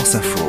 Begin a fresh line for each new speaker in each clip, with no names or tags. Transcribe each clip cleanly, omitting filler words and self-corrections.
France Info.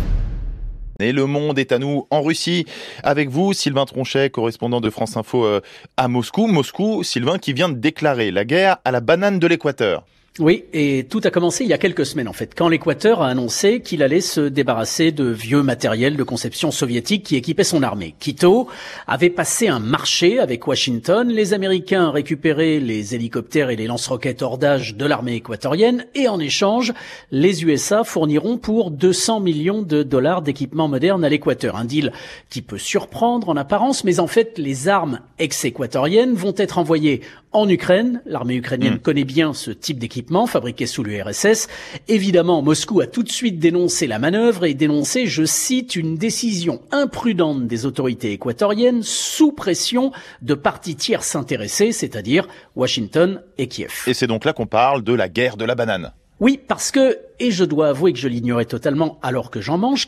Et le monde est à nous en Russie. Avec vous, Sylvain Tronchet, correspondant de France Info à Moscou. Moscou, Sylvain, qui vient de déclarer la guerre à la banane de l'Équateur.
Oui, et tout a commencé il y a quelques semaines en fait, quand l'Équateur a annoncé qu'il allait se débarrasser de vieux matériel de conception soviétique qui équipait son armée. Quito avait passé un marché avec Washington, les Américains récupéraient les hélicoptères et les lance-roquettes hors d'âge de l'armée équatorienne et en échange, les USA fourniront pour 200 millions de dollars d'équipements modernes à l'Équateur. Un deal qui peut surprendre en apparence, mais en fait les armes ex-équatoriennes vont être envoyées en Ukraine. L'armée ukrainienne connaît bien ce type d'équipement fabriqué sous l'URSS. Évidemment, Moscou a tout de suite dénoncé la manœuvre et dénoncé, je cite, une décision imprudente des autorités équatoriennes sous pression de parties tierces intéressées, c'est-à-dire Washington et Kiev.
Et c'est donc là qu'on parle de la guerre de la banane.
Oui, parce que, et je dois avouer que je l'ignorais totalement alors que j'en mange,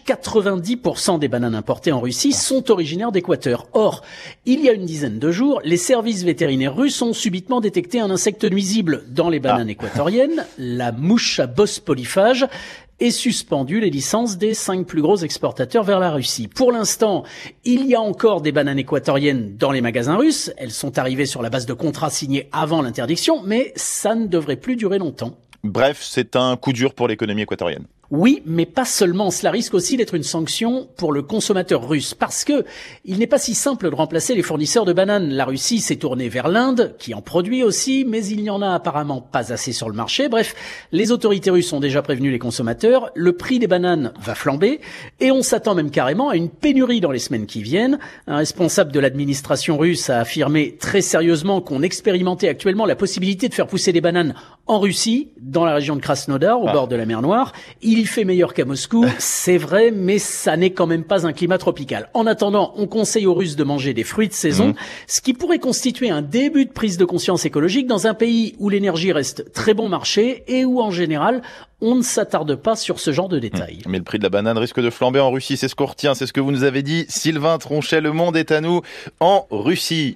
90% des bananes importées en Russie sont originaires d'Équateur. Or, il y a une dizaine de jours, les services vétérinaires russes ont subitement détecté un insecte nuisible dans les bananes équatoriennes, la mouche à bosse polyphage, et suspendu les licences des 5 plus gros exportateurs vers la Russie. Pour l'instant, il y a encore des bananes équatoriennes dans les magasins russes. Elles sont arrivées sur la base de contrats signés avant l'interdiction, mais ça ne devrait plus durer longtemps.
Bref, c'est un coup dur pour l'économie équatorienne.
Oui, mais pas seulement. Cela risque aussi d'être une sanction pour le consommateur russe parce que il n'est pas si simple de remplacer les fournisseurs de bananes. La Russie s'est tournée vers l'Inde, qui en produit aussi, mais il n'y en a apparemment pas assez sur le marché. Bref, les autorités russes ont déjà prévenu les consommateurs. Le prix des bananes va flamber et on s'attend même carrément à une pénurie dans les semaines qui viennent. Un responsable de l'administration russe a affirmé très sérieusement qu'on expérimentait actuellement la possibilité de faire pousser des bananes en Russie, dans la région de Krasnodar, au bord de la mer Noire. Il fait meilleur qu'à Moscou, c'est vrai, mais ça n'est quand même pas un climat tropical. En attendant, on conseille aux Russes de manger des fruits de saison, ce qui pourrait constituer un début de prise de conscience écologique dans un pays où l'énergie reste très bon marché et où, en général, on ne s'attarde pas sur ce genre de détails.
Mais le prix de la banane risque de flamber en Russie, c'est ce qu'on retient, c'est ce que vous nous avez dit. Sylvain Tronchet, le monde est à nous en Russie.